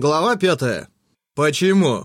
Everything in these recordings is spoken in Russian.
Глава 5. Почему?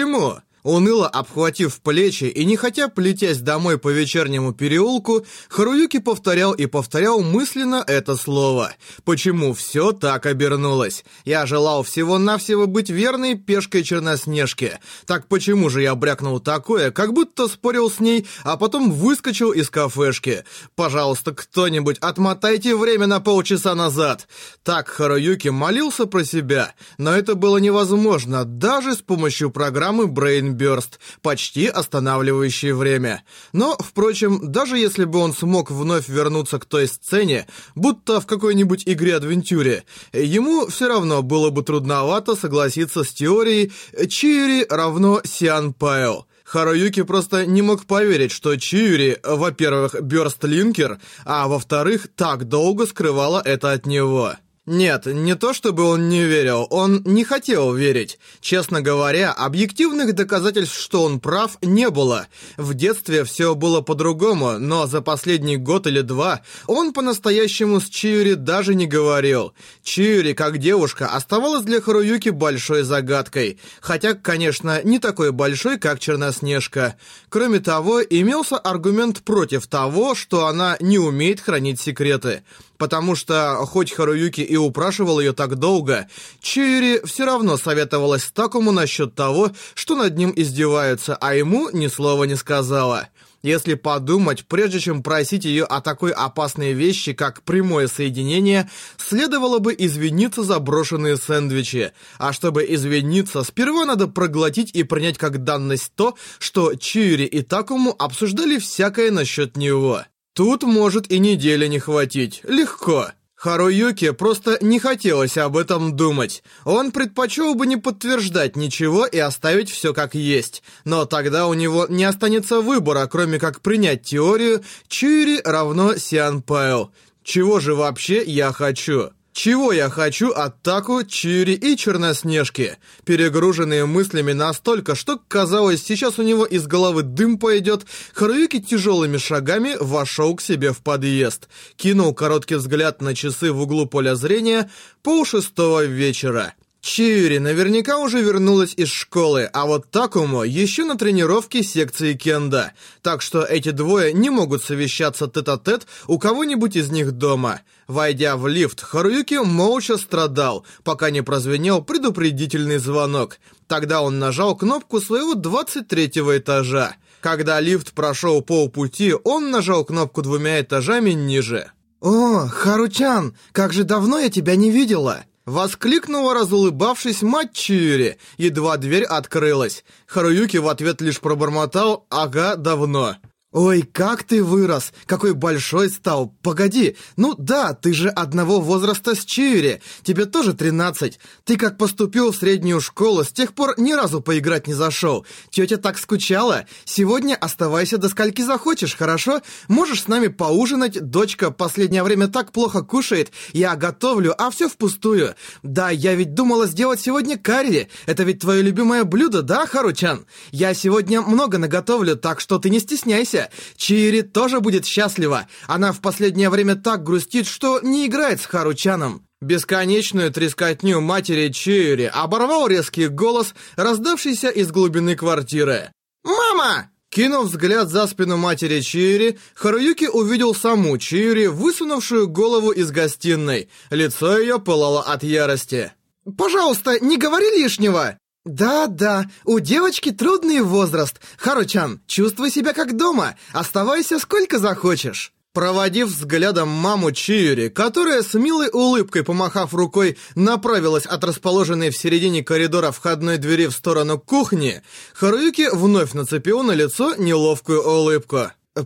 Уныло обхватив плечи и не хотя плетясь домой по вечернему переулку, Харуюки повторял и повторял мысленно это слово. Почему все так обернулось? Я желал всего-навсего быть верной пешкой Черноснежки. Так почему же я брякнул такое, как будто спорил с ней, а потом выскочил из кафешки? Пожалуйста, кто-нибудь отмотайте время на полчаса назад. Так Харуюки молился про себя, но это было невозможно даже с помощью программы Brain Burst, почти останавливающий время. Но, впрочем, даже если бы он смог вновь вернуться к той сцене, будто в какой-нибудь игре-адвентюре, ему все равно было бы трудновато согласиться с теорией Чиури равно Сианпао. Харуюки просто не мог поверить, что Чиури, во-первых, бёрстлинкер, а во-вторых, так долго скрывала это от него. Нет, не то чтобы он не верил, он не хотел верить. Честно говоря, объективных доказательств, что он прав, не было. В детстве все было по-другому, но за последний год или два он по-настоящему с Чиури даже не говорил. Чиури, как девушка, оставалась для Харуюки большой загадкой. Хотя, конечно, не такой большой, как Черноснежка. Кроме того, имелся аргумент против того, что она не умеет хранить секреты. Потому что, хоть Харуюки и упрашивал ее так долго, Чиури все равно советовалась Такому насчет того, что над ним издеваются, а ему ни слова не сказала. Если подумать, прежде чем просить ее о такой опасной вещи, как прямое соединение, следовало бы извиниться за брошенные сэндвичи. А чтобы извиниться, сперва надо проглотить и принять как данность то, что Чиури и Такому обсуждали всякое насчет него. Тут может и недели не хватить. Легко. Харуюки просто не хотелось об этом думать. Он предпочел бы не подтверждать ничего и оставить все как есть. Но тогда у него не останется выбора, кроме как принять теорию Чиури равно Сианпао. Чего же вообще я хочу? Чего я хочу от Таку, Чиури и Черноснежки? Перегруженные мыслями настолько, что, казалось, сейчас у него из головы дым пойдет, Харуюки тяжелыми шагами вошел к себе в подъезд. Кинул короткий взгляд на часы в углу поля зрения, 5:30 вечера. Чиури наверняка уже вернулась из школы, а вот Такому еще на тренировке секции кендо. Так что эти двое не могут совещаться тет-а-тет у кого-нибудь из них дома. Войдя в лифт, Харуюки молча страдал, пока не прозвенел предупредительный звонок. Тогда он нажал кнопку своего 23-го этажа. Когда лифт прошел полпути, он нажал кнопку 2 этажами ниже. «О, Хару-чан, как же давно я тебя не видела!» Воскликнула, разулыбавшись, мать Чиури. Едва дверь открылась. Харуюки в ответ лишь пробормотал «Ага, давно». «Ой, как ты вырос! Какой большой стал! Погоди! Ну да, ты же одного возраста с Чиури! Тебе тоже 13! Ты как поступил в среднюю школу, с тех пор ни разу поиграть не зашел! Тетя так скучала! Сегодня оставайся до скольки захочешь, хорошо? Можешь с нами поужинать, дочка последнее время так плохо кушает, я готовлю, а все впустую! Да, я ведь думала сделать сегодня карри! Это ведь твое любимое блюдо, да, Хару-чан? Я сегодня много наготовлю, так что ты не стесняйся! Чиури тоже будет счастлива. Она в последнее время так грустит, что не играет с Хару-чаном». Бесконечную трескотню матери Чиури оборвал резкий голос, раздавшийся из глубины квартиры. «Мама!» Кинув взгляд за спину матери Чиури, Харуюки увидел саму Чиури, высунувшую голову из гостиной. Лицо ее пылало от ярости. «Пожалуйста, не говори лишнего!» «Да, у девочки трудный возраст. Хару-чан, чувствуй себя как дома. Оставайся сколько захочешь». Проводив взглядом маму Чиури, которая с милой улыбкой, помахав рукой, направилась от расположенной в середине коридора входной двери в сторону кухни, Харуюки вновь нацепил на лицо неловкую улыбку.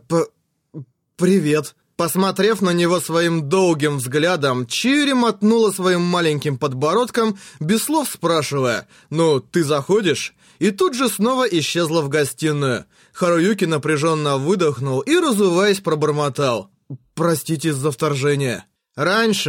«Привет». Посмотрев на него своим долгим взглядом, Чиури мотнула своим маленьким подбородком, без слов спрашивая: «Ну, ты заходишь?» И тут же снова исчезла в гостиную. Харуюки напряженно выдохнул и, разуваясь, пробормотал: «Простите за вторжение». Раньше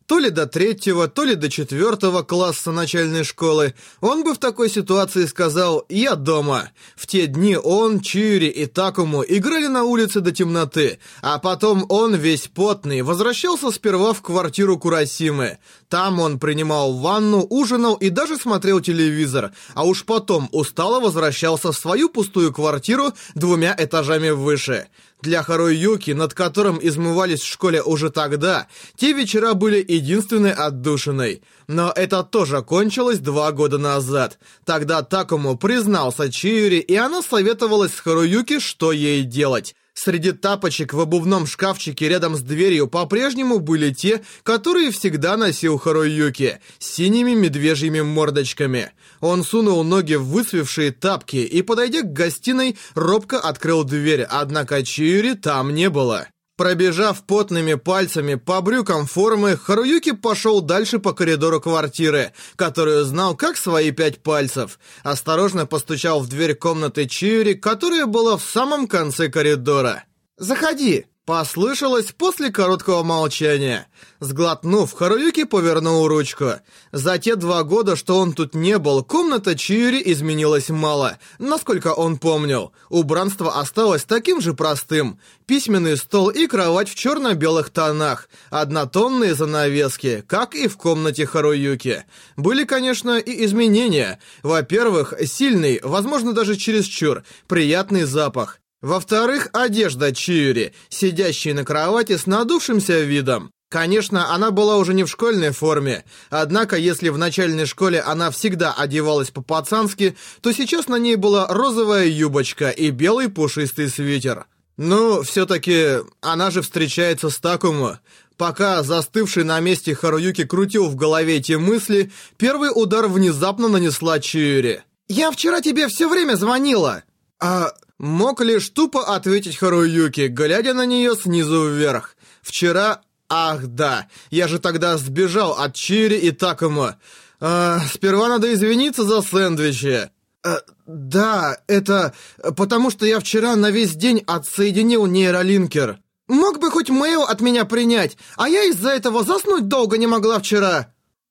то ли до 3-го, то ли до 4-го класса начальной школы, он бы в такой ситуации сказал «я дома». В те дни он, Чиури и Такому играли на улице до темноты, а потом он, весь потный, возвращался сперва в квартиру Курасимы. Там он принимал ванну, ужинал и даже смотрел телевизор, а уж потом устало возвращался в свою пустую квартиру 2 этажами выше. Для Харуюки, над которым измывались в школе уже тогда, те вечера были единственной отдушиной. Но это тоже кончилось 2 года назад. Тогда Такому признался Чиури, и она советовалась с Харуюки, что ей делать. Среди тапочек в обувном шкафчике рядом с дверью по-прежнему были те, которые всегда носил Харуюки, с синими медвежьими мордочками. Он сунул ноги в высвившие тапки и, подойдя к гостиной, робко открыл дверь, однако Чиури там не было. Пробежав потными пальцами по брюкам формы, Харуюки пошел дальше по коридору квартиры, которую знал как свои 5 пальцев. Осторожно постучал в дверь комнаты Чиури, которая была в самом конце коридора. «Заходи!» Послышалось после короткого молчания. Сглотнув, Харуюки повернул ручку. За те 2 года, что он тут не был, комната Чиури изменилась мало, насколько он помнил. Убранство осталось таким же простым. Письменный стол и кровать в черно-белых тонах. Однотонные занавески, как и в комнате Харуюки. Были, конечно, и изменения. Во-первых, сильный, возможно, даже чересчур, приятный запах. Во-вторых, одежда Чиури, сидящей на кровати с надувшимся видом. Конечно, она была уже не в школьной форме, однако если в начальной школе она всегда одевалась по-пацански, то сейчас на ней была розовая юбочка и белый пушистый свитер. Ну, все-таки она же встречается с Такому. Пока застывший на месте Харуюки крутил в голове эти мысли, первый удар внезапно нанесла Чиури. «Я вчера тебе все время звонила!» Мог лишь тупо ответить Харуюки, глядя на нее снизу вверх. «Вчера... Ах, да, я же тогда сбежал от Чиури и Такому. Сперва надо извиниться за сэндвичи». «Да, это... потому что я вчера на весь день отсоединил нейролинкер. Мог бы хоть мейл от меня принять, а я из-за этого заснуть долго не могла вчера».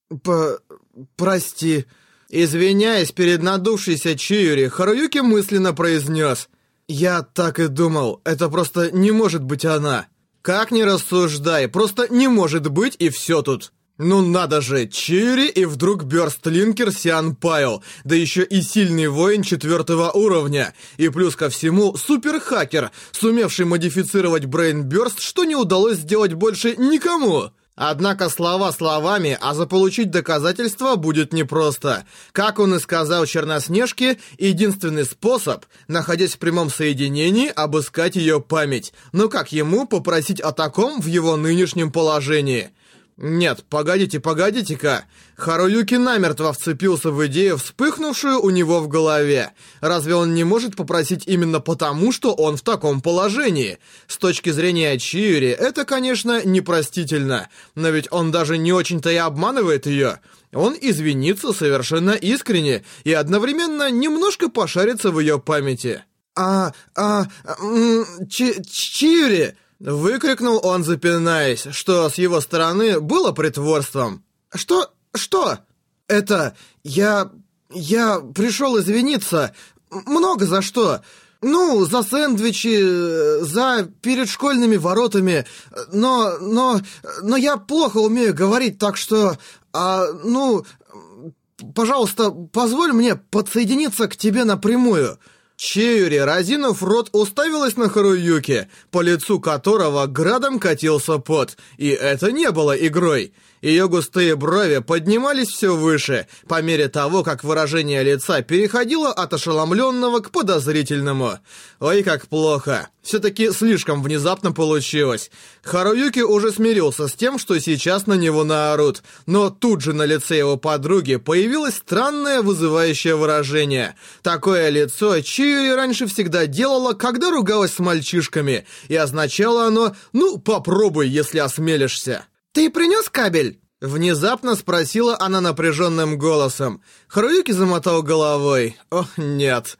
«Прости». Извиняясь перед надувшейся Чиури, Харуюки мысленно произнес: «Я так и думал, это просто не может быть она». Как ни рассуждай, просто не может быть, и все тут. Ну надо же, Чиури и вдруг бёрстлинкер Сиан Пайл, да еще и сильный воин 4-го уровня. И плюс ко всему, суперхакер, сумевший модифицировать брейнбёрст, что не удалось сделать больше никому. Однако слова словами, а заполучить доказательства будет непросто. Как он и сказал Черноснежке, единственный способ, находясь в прямом соединении, обыскать ее память. Но как ему попросить о таком в его нынешнем положении? Нет, погодите-ка. Харуюки намертво вцепился в идею, вспыхнувшую у него в голове. Разве он не может попросить именно потому, что он в таком положении? С точки зрения Чиури, это, конечно, непростительно. Но ведь он даже не очень-то и обманывает ее. Он извинится совершенно искренне и одновременно немножко пошарится в ее памяти. Чиури! Выкрикнул он, запинаясь, что с его стороны было притворством. Что? Это... Я пришел извиниться. Много за что. Ну, за сэндвичи, за перед школьными воротами. Но я плохо умею говорить, так что... пожалуйста, позволь мне подсоединиться к тебе напрямую. Чиури, разинув рот, уставилась на Харуюки, по лицу которого градом катился пот. И это не было игрой. Ее густые брови поднимались все выше, по мере того, как выражение лица переходило от ошеломленного к подозрительному. Ой, как плохо. Все-таки слишком внезапно получилось. Харуюки уже смирился с тем, что сейчас на него наорут, но тут же на лице его подруги появилось странное вызывающее выражение. Такое лицо Чиури раньше всегда делала, когда ругалась с мальчишками, и означало оно «ну, попробуй, если осмелишься». «Ты принес кабель?» Внезапно спросила она напряженным голосом. Харуюки замотал головой. «О, нет».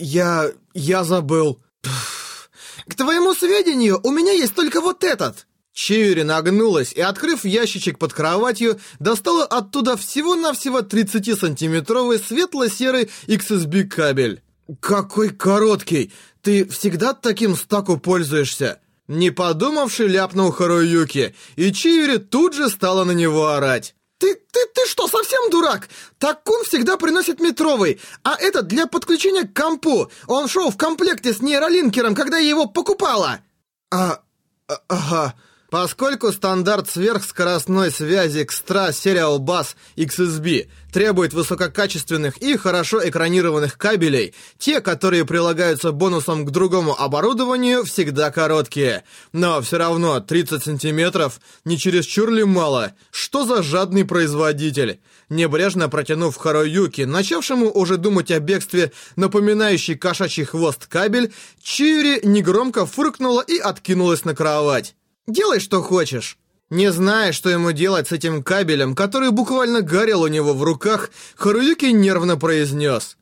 Я забыл». «К твоему сведению, у меня есть только вот этот». Чиури нагнулась и, открыв ящичек под кроватью, достала оттуда всего-навсего 30-сантиметровый светло-серый XSB кабель. «Какой короткий! Ты всегда таким стаку пользуешься?» Не подумавши, ляпнул Харуюки, и Чиури тут же стала на него орать. Ты что, совсем дурак? Такун всегда приносит метровый, а этот для подключения к компу. Он шел в комплекте с нейролинкером, когда я его покупала. Ага. Поскольку стандарт сверхскоростной связи Xtra Serial Bus XSB требует высококачественных и хорошо экранированных кабелей, те, которые прилагаются бонусом к другому оборудованию, всегда короткие. Но все равно 30 сантиметров не чересчур ли мало? Что за жадный производитель? Небрежно протянув Харуюки, начавшему уже думать о бегстве, напоминающий кошачий хвост кабель, Чиури негромко фыркнула и откинулась на кровать. «Делай, что хочешь». Не зная, что ему делать с этим кабелем, который буквально горел у него в руках, Харуюки нервно произнес.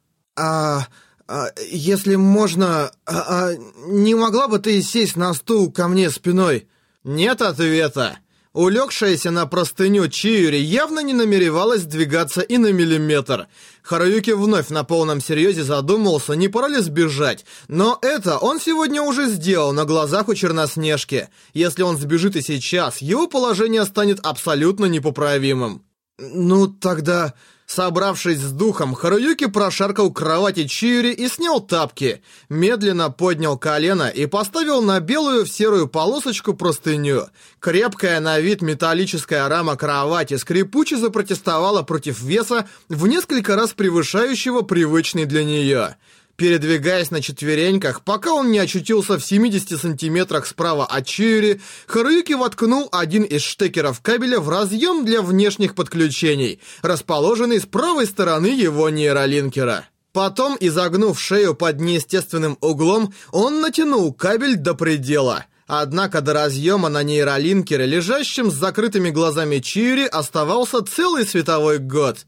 Если можно, не могла бы ты сесть на стул ко мне спиной?» Нет ответа. Улегшаяся на простыню Чиури явно не намеревалась двигаться и на миллиметр. Харуюки вновь на полном серьезе задумался, не пора ли сбежать. Но это он сегодня уже сделал на глазах у Черноснежки. Если он сбежит и сейчас, его положение станет абсолютно непоправимым. Ну тогда... Собравшись с духом, Харуюки прошаркал к кровати Чиури и снял тапки, медленно поднял колено и поставил на белую в серую полосочку простыню. Крепкая на вид металлическая рама кровати скрипуче запротестовала против веса в несколько раз превышающего привычный для нее. Передвигаясь на четвереньках, пока он не очутился в 70 сантиметрах справа от Чиури, Харуюки воткнул один из штекеров кабеля в разъем для внешних подключений, расположенный с правой стороны его нейролинкера. Потом, изогнув шею под неестественным углом, он натянул кабель до предела. Однако до разъема на нейролинкере, лежащем с закрытыми глазами Чиури, оставался целый световой год.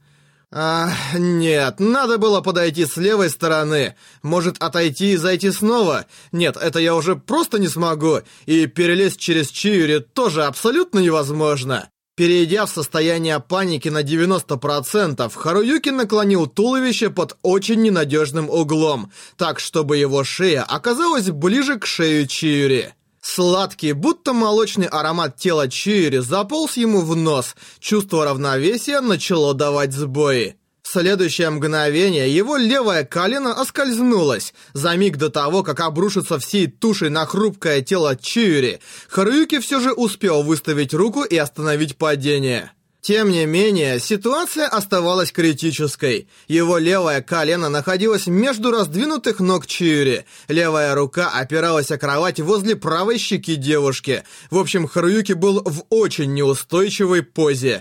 Нет, надо было подойти с левой стороны. Может, отойти и зайти снова? Нет, это я уже просто не смогу. И перелезть через Чиури тоже абсолютно невозможно. Перейдя в состояние паники на 90%, Харуюки наклонил туловище под очень ненадежным углом, так, чтобы его шея оказалась ближе к шее Чиури. Сладкий, будто молочный аромат тела Чиури заполз ему в нос. Чувство равновесия начало давать сбои. В следующее мгновение его левое колено оскользнулось. За миг до того, как обрушиться всей тушей на хрупкое тело Чиури, Харуюки все же успел выставить руку и остановить падение. Тем не менее, ситуация оставалась критической. Его левое колено находилось между раздвинутых ног Чиури. Левая рука опиралась о кровать возле правой щеки девушки. В общем, Харуюки был в очень неустойчивой позе.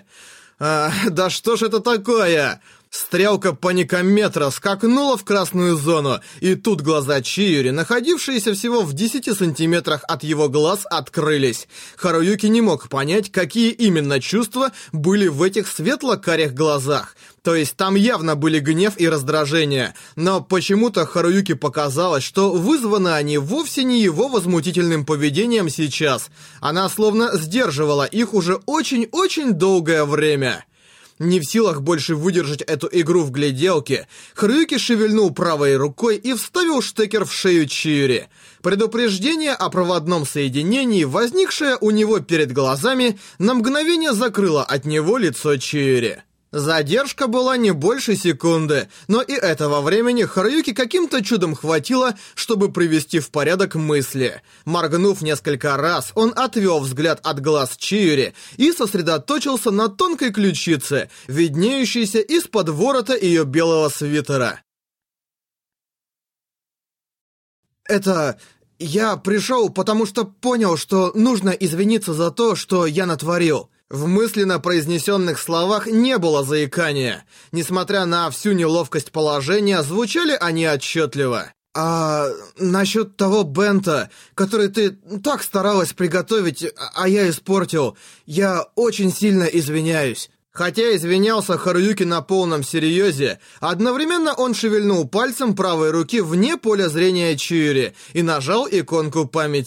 Да что ж это такое? Стрелка паникометра скакнула в красную зону, и тут глаза Чиури, находившиеся всего в 10 сантиметрах от его глаз, открылись. Харуюки не мог понять, какие именно чувства были в этих светло-карих глазах. То есть там явно были гнев и раздражение, но почему-то Харуюки показалось, что вызваны они вовсе не его возмутительным поведением сейчас. Она словно сдерживала их уже очень-очень долгое время. Не в силах больше выдержать эту игру в гляделки, Харуюки шевельнул правой рукой и вставил штекер в шею Чиури. Предупреждение о проводном соединении, возникшее у него перед глазами, на мгновение закрыло от него лицо Чиури. Задержка была не больше секунды, но и этого времени Харуюки каким-то чудом хватило, чтобы привести в порядок мысли. Моргнув несколько раз, он отвел взгляд от глаз Чиури и сосредоточился на тонкой ключице, виднеющейся из-под ворота ее белого свитера. Я пришел, потому что понял, что нужно извиниться за то, что я натворил. В мысленно произнесенных словах не было заикания. Несмотря на всю неловкость положения, звучали они отчетливо. Насчет того бента, который ты так старалась приготовить, а я испортил, я очень сильно извиняюсь. Хотя извинялся Харуюки на полном серьезе, одновременно он шевельнул пальцем правой руки вне поля зрения Чиури и нажал иконку памяти.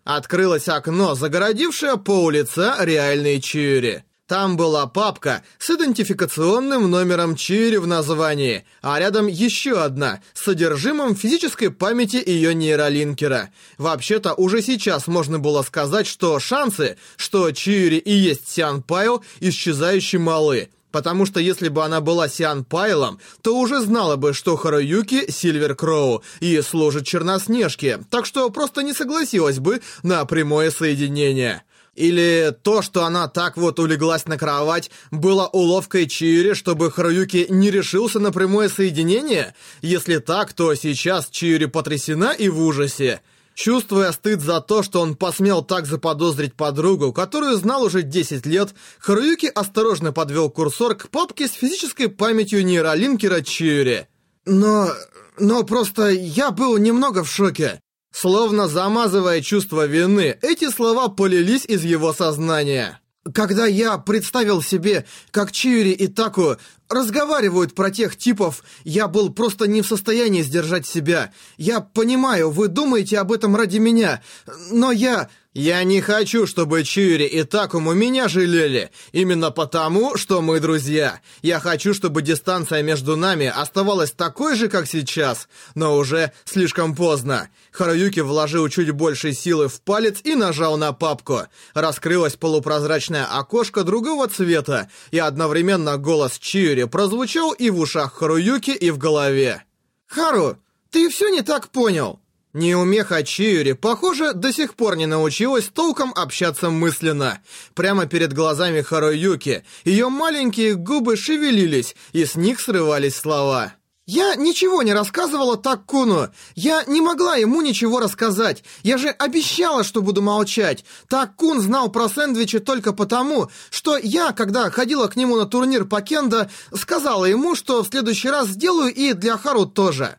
Открылось окно, загородившее пол лица реальной Чиури. Там была папка с идентификационным номером Чиури в названии, а рядом еще одна с содержимым физической памяти ее нейролинкера. Вообще-то уже сейчас можно было сказать, что шансы, что Чиури и есть Сиан Пайл, исчезающе малы. Потому что если бы она была Сиан Пайлом, то уже знала бы, что Харуюки Сильвер Кроу и служит Черноснежке, так что просто не согласилась бы на прямое соединение. Или то, что она так вот улеглась на кровать, было уловкой Чиури, чтобы Харуюки не решился на прямое соединение? Если так, то сейчас Чиури потрясена и в ужасе. Чувствуя стыд за то, что он посмел так заподозрить подругу, которую знал уже 10 лет, Харуюки осторожно подвел курсор к папке с физической памятью нейролинкера Чиури. Но просто я был немного в шоке. Словно замазывая чувство вины, эти слова полились из его сознания. Когда я представил себе, как Чиури и Таку разговаривают про тех типов, я был просто не в состоянии сдержать себя. Я понимаю, вы думаете об этом ради меня, но я не хочу, чтобы Чиури и Такому меня жалели. Именно потому, что мы друзья. Я хочу, чтобы дистанция между нами оставалась такой же, как сейчас. Но уже слишком поздно. Харуюки вложил чуть больше силы в палец и нажал на папку. Раскрылось полупрозрачное окошко другого цвета, и одновременно голос Чиури прозвучал и в ушах Харуюки, и в голове. «Хару, ты все не так понял». Неумеха Чиури, похоже, до сих пор не научилась толком общаться мысленно. Прямо перед глазами Харуюки ее маленькие губы шевелились, и с них срывались слова. «Я ничего не рассказывала Так-куну. Я не могла ему ничего рассказать. Я же обещала, что буду молчать. Так-кун знал про сэндвичи только потому, что я, когда ходила к нему на турнир по кендо, сказала ему, что в следующий раз сделаю и для Хару тоже».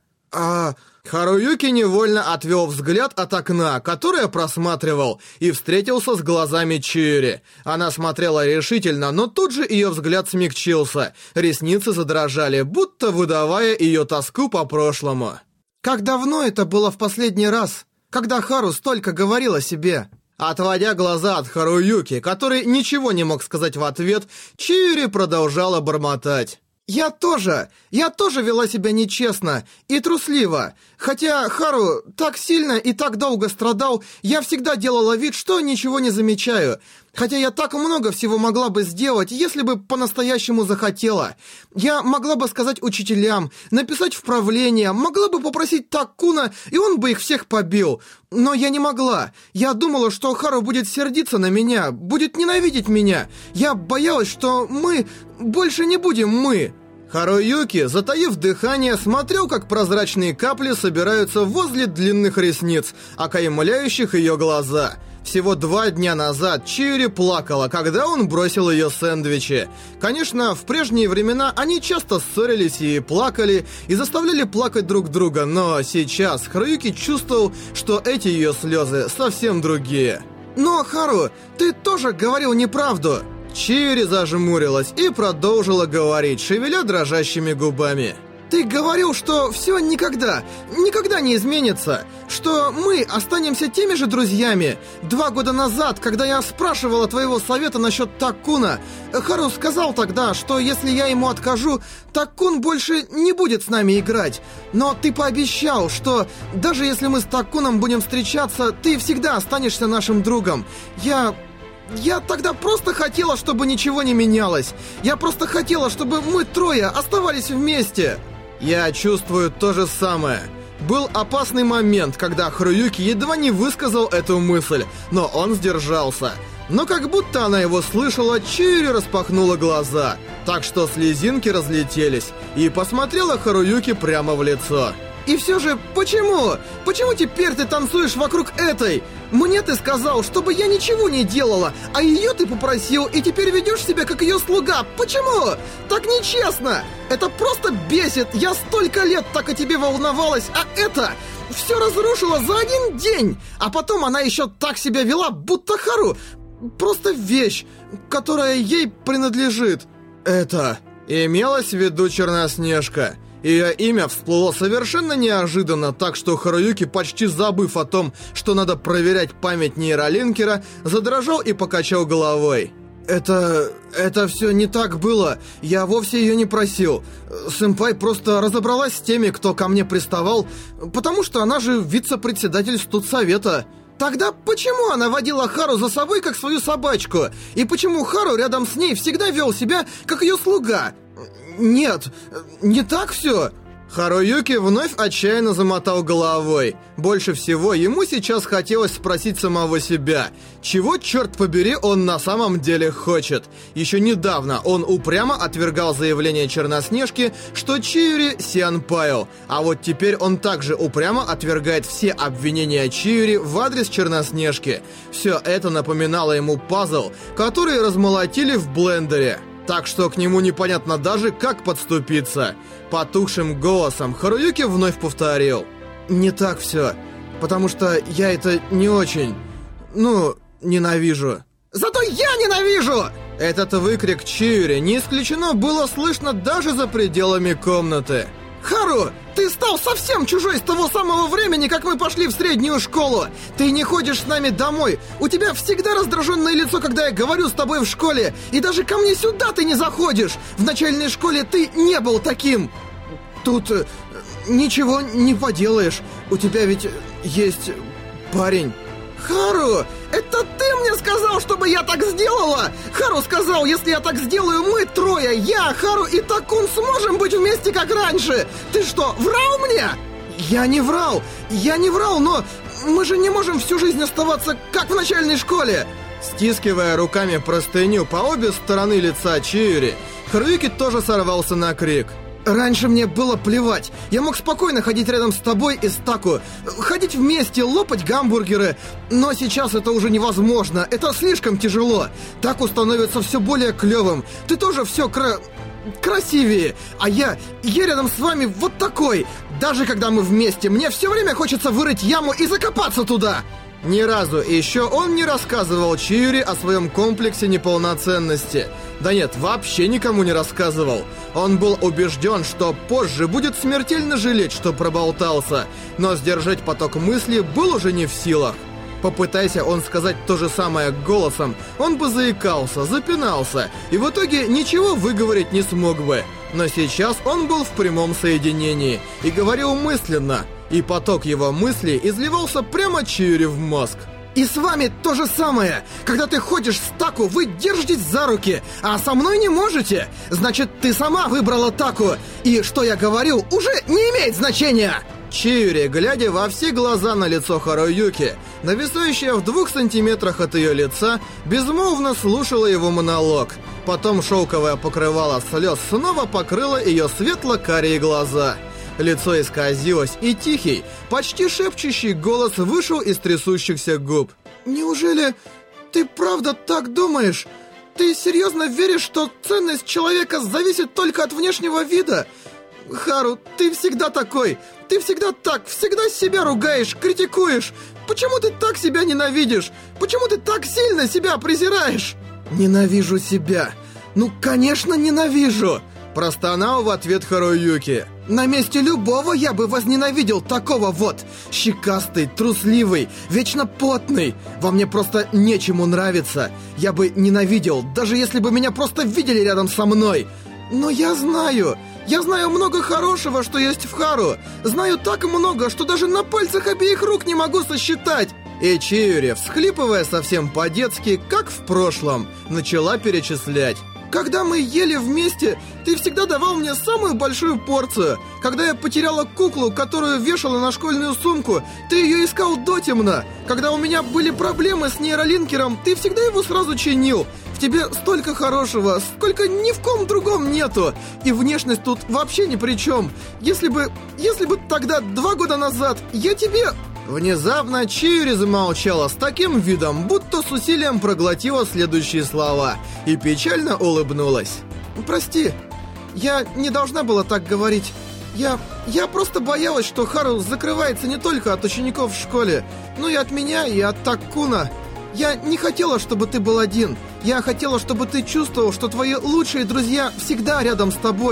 Харуюки невольно отвел взгляд от окна, которое просматривал, и встретился с глазами Чиури. Она смотрела решительно, но тут же ее взгляд смягчился. Ресницы задрожали, будто выдавая ее тоску по прошлому. «Как давно это было в последний раз, когда Хару столько говорил о себе?» Отводя глаза от Харуюки, который ничего не мог сказать в ответ, Чиури продолжала бормотать. Я тоже вела себя нечестно и трусливо. Хотя Хару так сильно и так долго страдал, я всегда делала вид, что ничего не замечаю. Хотя я так много всего могла бы сделать, если бы по-настоящему захотела. Я могла бы сказать учителям, написать вправления, могла бы попросить Так-куна, и он бы их всех побил. Но я не могла. Я думала, что Хару будет сердиться на меня, будет ненавидеть меня. Я боялась, что мы больше не будем мы. Харуюки, затаив дыхание, смотрел, как прозрачные капли собираются возле длинных ресниц, окаймляющих ее глаза. Всего 2 дня назад Чиури плакала, когда он бросил ее сэндвичи. Конечно, в прежние времена они часто ссорились и плакали, и заставляли плакать друг друга, но сейчас Харуюки чувствовал, что эти ее слезы совсем другие. «Но, Хару, ты тоже говорил неправду!» Чиури зажмурилась и продолжила говорить, шевеля дрожащими губами. «Ты говорил, что все никогда не изменится, что мы останемся теми же друзьями. 2 года назад, когда я спрашивала твоего совета насчет Так-куна, Хару сказал тогда, что если я ему откажу, Так-кун больше не будет с нами играть. Но ты пообещал, что даже если мы с Так-куном будем встречаться, ты всегда останешься нашим другом. Я тогда просто хотела, чтобы ничего не менялось. Я просто хотела, чтобы мы трое оставались вместе». Я чувствую то же самое. Был опасный момент, когда Харуюки едва не высказал эту мысль, но он сдержался. Но как будто она его слышала, Чиури распахнула глаза, так что слезинки разлетелись, и посмотрела Харуюки прямо в лицо. «И все же, почему? Почему теперь ты танцуешь вокруг этой? Мне ты сказал, чтобы я ничего не делала, а ее ты попросил, и теперь ведешь себя как ее слуга. Почему? Так нечестно! Это просто бесит! Я столько лет так о тебе волновалась, а это все разрушило за 1 день! А потом она еще так себя вела, будто Хару просто вещь, которая ей принадлежит». Это имелась в виду Черноснежка. Ее имя всплыло совершенно неожиданно, так что Харуюки, почти забыв о том, что надо проверять память нейролинкера, задрожал и покачал головой. Это все не так было. Я вовсе ее не просил. Сэмпай просто разобралась с теми, кто ко мне приставал, потому что она же вице-председатель студсовета. Тогда почему она водила Хару за собой, как свою собачку? И почему Хару рядом с ней всегда вел себя, как ее слуга? Нет, не так все. Харуюки вновь отчаянно замотал головой. Больше всего ему сейчас хотелось спросить самого себя, чего, черт побери, он на самом деле хочет. Еще недавно он упрямо отвергал заявление Черноснежки, что Чиюри сянпайл, а вот теперь он также упрямо отвергает все обвинения Чиюри в адрес Черноснежки. Все это напоминало ему пазл, который размолотили в блендере. Так что к нему непонятно даже, как подступиться. Потухшим голосом Харуюки вновь повторил. Не так все, потому что я это не очень, ненавижу. Зато я ненавижу! Этот выкрик Чиюри не исключено было слышно даже за пределами комнаты. Хару, ты стал совсем чужой с того самого времени, как мы пошли в среднюю школу. Ты не ходишь с нами домой. У тебя всегда раздраженное лицо, когда я говорю с тобой в школе. И даже ко мне сюда ты не заходишь. В начальной школе ты не был таким. Тут ничего не поделаешь. У тебя ведь есть парень. Хару, это ты мне сказал, чтобы я так сделала? Хару сказал, если я так сделаю, мы трое, я, Хару и Такун, сможем быть вместе, как раньше. Ты что, врал мне? Я не врал, но мы же не можем всю жизнь оставаться, как в начальной школе. Стискивая руками простыню по обе стороны лица Чиюри, Харуюки тоже сорвался на крик. Раньше мне было плевать. Я мог спокойно ходить рядом с тобой и с Таку. Ходить вместе, лопать гамбургеры. Но сейчас это уже невозможно. Это слишком тяжело. Таку становится все более клевым. Ты тоже все красивее. А я рядом с вами вот такой. Даже когда мы вместе, мне все время хочется вырыть яму и закопаться туда. Ни разу еще он не рассказывал Чиюри о своем комплексе неполноценности. Да нет, вообще никому не рассказывал. Он был убежден, что позже будет смертельно жалеть, что проболтался, но сдержать поток мысли был уже не в силах. Попытайся он сказать то же самое голосом, он бы заикался, запинался, и в итоге ничего выговорить не смог бы. Но сейчас он был в прямом соединении и говорил мысленно, и поток его мыслей изливался прямо Чиюри в мозг. И с вами то же самое. Когда ты ходишь с Таку, вы держитесь за руки, а со мной не можете. Значит, ты сама выбрала Таку. И что я говорю, уже не имеет значения. Чиюри, глядя во все глаза на лицо Харуюки, нависающая в 2 сантиметрах от ее лица, безмолвно слушала его монолог. Потом шелковое покрывало слез снова покрыло ее светло-карие глаза. Лицо исказилось, и тихий, почти шепчущий голос вышел из трясущихся губ. «Неужели ты правда так думаешь? Ты серьезно веришь, что ценность человека зависит только от внешнего вида? Хару, ты всегда такой. Ты всегда так, всегда себя ругаешь, критикуешь. Почему ты так себя ненавидишь? Почему ты так сильно себя презираешь?» «Ненавижу себя. Ну, конечно, ненавижу!» Простонал в ответ Харуюки. «На месте любого я бы возненавидел такого вот. Щекастый, трусливый, вечно потный. Во мне просто нечему нравится. Я бы ненавидел, даже если бы меня просто видели рядом со мной. Но я знаю много хорошего, что есть в Хару. Знаю так много, что даже на пальцах обеих рук не могу сосчитать». И Чиюри, всхлипывая совсем по-детски, как в прошлом, начала перечислять. «Когда мы ели вместе, ты всегда давал мне самую большую порцию. Когда я потеряла куклу, которую вешала на школьную сумку, ты ее искал дотемно. Когда у меня были проблемы с нейролинкером, ты всегда его сразу чинил. В тебе столько хорошего, сколько ни в ком другом нету. И внешность тут вообще ни при чем. Если бы тогда, 2 года назад, я тебе...» Внезапно Чиюри замолчала с таким видом, будто с усилием проглотила следующие слова, и печально улыбнулась. «Прости, я не должна была так говорить. Я просто боялась, что Хару закрывается не только от учеников в школе, но и от меня, и от Такуна. Я не хотела, чтобы ты был один. Я хотела, чтобы ты чувствовал, что твои лучшие друзья всегда рядом с тобой.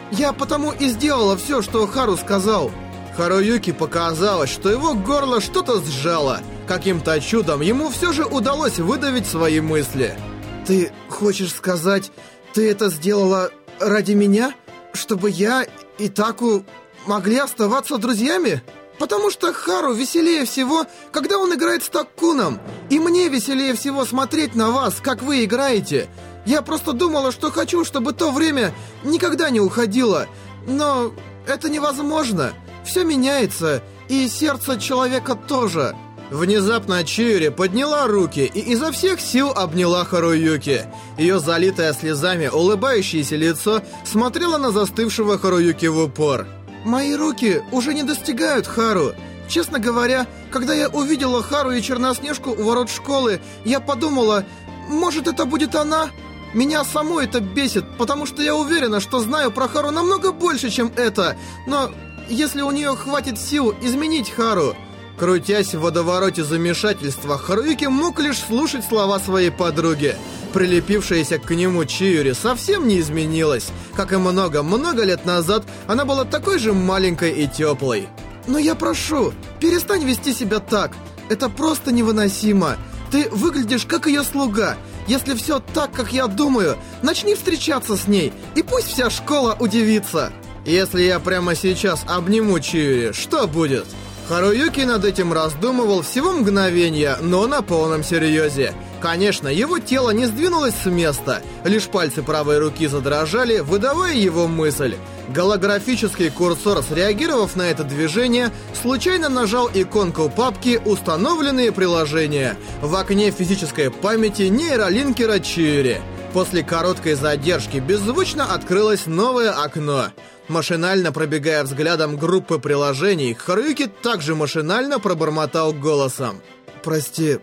Я потому и сделала все, что Хару сказал. Харуюки показалось, что его горло что-то сжало. Каким-то чудом ему все же удалось выдавить свои мысли. Ты хочешь сказать, ты это сделала ради меня? Чтобы я и Таку могли оставаться друзьями? Потому что Хару веселее всего, когда он играет с Таккуном. И мне веселее всего смотреть на вас, как вы играете. Я просто думала, что хочу, чтобы то время никогда не уходило. Но это невозможно. Все меняется, и сердце человека тоже. Внезапно Чиури подняла руки и изо всех сил обняла Харуюки. Ее залитое слезами улыбающееся лицо смотрело на застывшего Харуюки в упор. Мои руки уже не достигают Хару. Честно говоря, когда я увидела Хару и Черноснежку у ворот школы, я подумала, может, это будет она? Меня саму это бесит, потому что я уверена, что знаю про Хару намного больше, чем это. Но если у нее хватит сил изменить Хару... Крутясь в водовороте замешательства, Харуюки мог лишь слушать слова своей подруги. Прилепившаяся к нему Чиури совсем не изменилась. Как и много-много лет назад, она была такой же маленькой и теплой. Но я прошу, перестань вести себя так. Это просто невыносимо. Ты выглядишь как ее слуга. Если все так, как я думаю, начни встречаться с ней, и пусть вся школа удивится. Если я прямо сейчас обниму Чиури, что будет? Харуюки над этим раздумывал всего мгновения, но на полном серьезе. Конечно, его тело не сдвинулось с места, лишь пальцы правой руки задрожали, выдавая его мысль. Голографический курсор, среагировав на это движение, случайно нажал иконку папки «Установленные приложения» в окне физической памяти нейролинкера Чиури. После короткой задержки беззвучно открылось новое окно. Машинально пробегая взглядом группы приложений, Харуюки также машинально пробормотал голосом. Прости,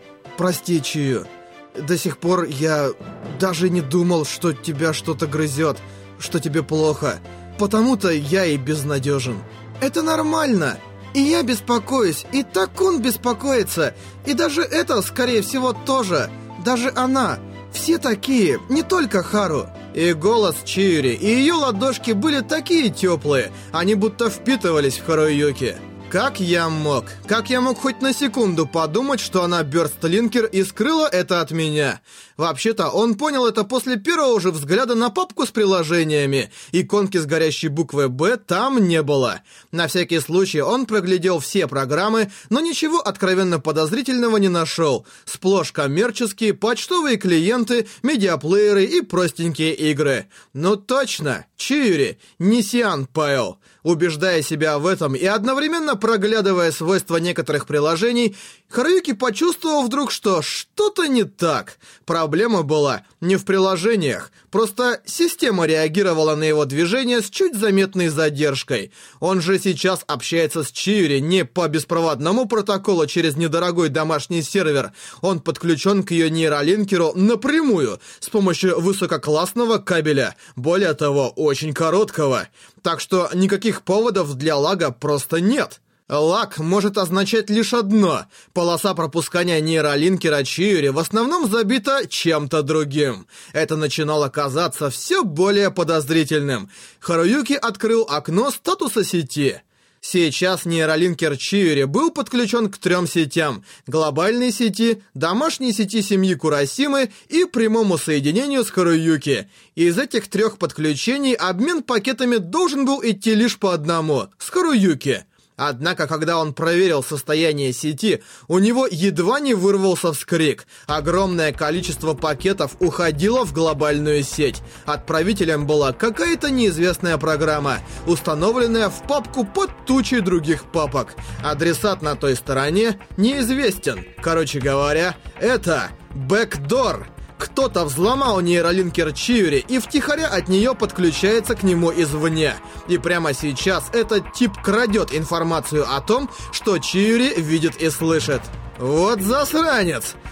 Чию. До сих пор я даже не думал, что тебя что-то грызет, что тебе плохо. Потому-то я и безнадежен. Это нормально. И я беспокоюсь, и Такун беспокоится. И даже это, скорее всего, тоже. Даже она. Все такие, не только Хару. И голос Чиури, и ее ладошки были такие теплые, они будто впитывались в Харуюки. Как я мог хоть на секунду подумать, что она бёрстлинкер и скрыла это от меня? Вообще-то, он понял это после первого же взгляда на папку с приложениями. Иконки с горящей буквой «Б» там не было. На всякий случай он проглядел все программы, но ничего откровенно подозрительного не нашел. Сплошь коммерческие, почтовые клиенты, медиаплееры и простенькие игры. Ну точно, Чиури, не Сиан Пайл. Убеждая себя в этом и одновременно проглядывая свойства некоторых приложений, Харуюки почувствовал вдруг, что что-то не так. Проблема была не в приложениях, просто система реагировала на его движение с чуть заметной задержкой. Он же сейчас общается с Чиури не по беспроводному протоколу через недорогой домашний сервер. Он подключен к ее нейролинкеру напрямую, с помощью высококлассного кабеля, более того, очень короткого. Так что никаких поводов для лага просто нет. Лаг может означать лишь одно. Полоса пропускания нейролинкера Чиури в основном забита чем-то другим. Это начинало казаться все более подозрительным. Харуюки открыл окно статуса сети. Сейчас нейролинкер Чиури был подключен к 3 сетям: глобальной сети, домашней сети семьи Курасимы и прямому соединению с Харуюки. Из этих 3 подключений обмен пакетами должен был идти лишь по одному — с Харуюки. Однако, когда он проверил состояние сети, у него едва не вырвался вскрик. Огромное количество пакетов уходило в глобальную сеть. Отправителем была какая-то неизвестная программа, установленная в папку под тучей других папок. Адресат на той стороне неизвестен. Короче говоря, это бэкдор. Кто-то взломал нейролинкер Чиури и втихаря от нее подключается к нему извне. И прямо сейчас этот тип крадет информацию о том, что Чиури видит и слышит. Вот засранец!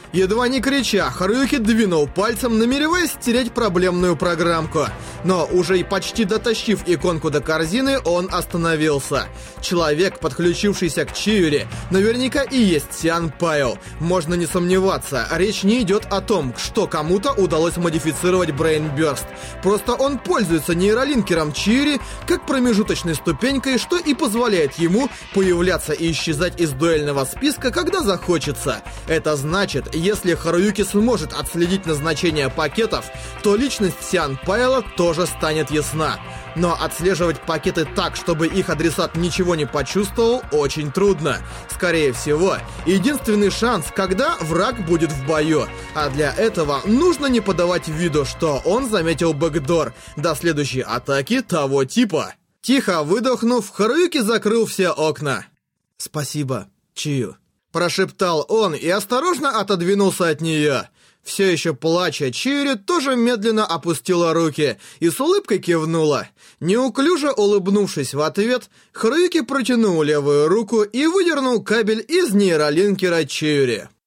Едва не крича, Харуюки двинул пальцем, намереваясь стереть проблемную программку. Но уже и почти дотащив иконку до корзины, он остановился. Человек, подключившийся к Чиури, наверняка и есть Сиан Пайо. Можно не сомневаться, речь не идет о том, что кому-то удалось модифицировать Brain Burst. Просто он пользуется нейролинкером Чиури как промежуточной ступенькой, что и позволяет ему появляться и исчезать из дуэльного списка, когда захочется. Это значит, если Харуюки сможет отследить назначение пакетов, то личность Сиан Пайла тоже станет ясна. Но отслеживать пакеты так, чтобы их адресат ничего не почувствовал, очень трудно. Скорее всего, единственный шанс, когда враг будет в бою. А для этого нужно не подавать виду, что он заметил бэкдор до следующей атаки того типа. Тихо выдохнув, Харуюки закрыл все окна. «Спасибо, Чию», — прошептал он и осторожно отодвинулся от нее. Все еще плача, Чиури тоже медленно опустила руки и с улыбкой кивнула. Неуклюже улыбнувшись в ответ, Харуюки протянул левую руку и выдернул кабель из нейролинкера Чиури.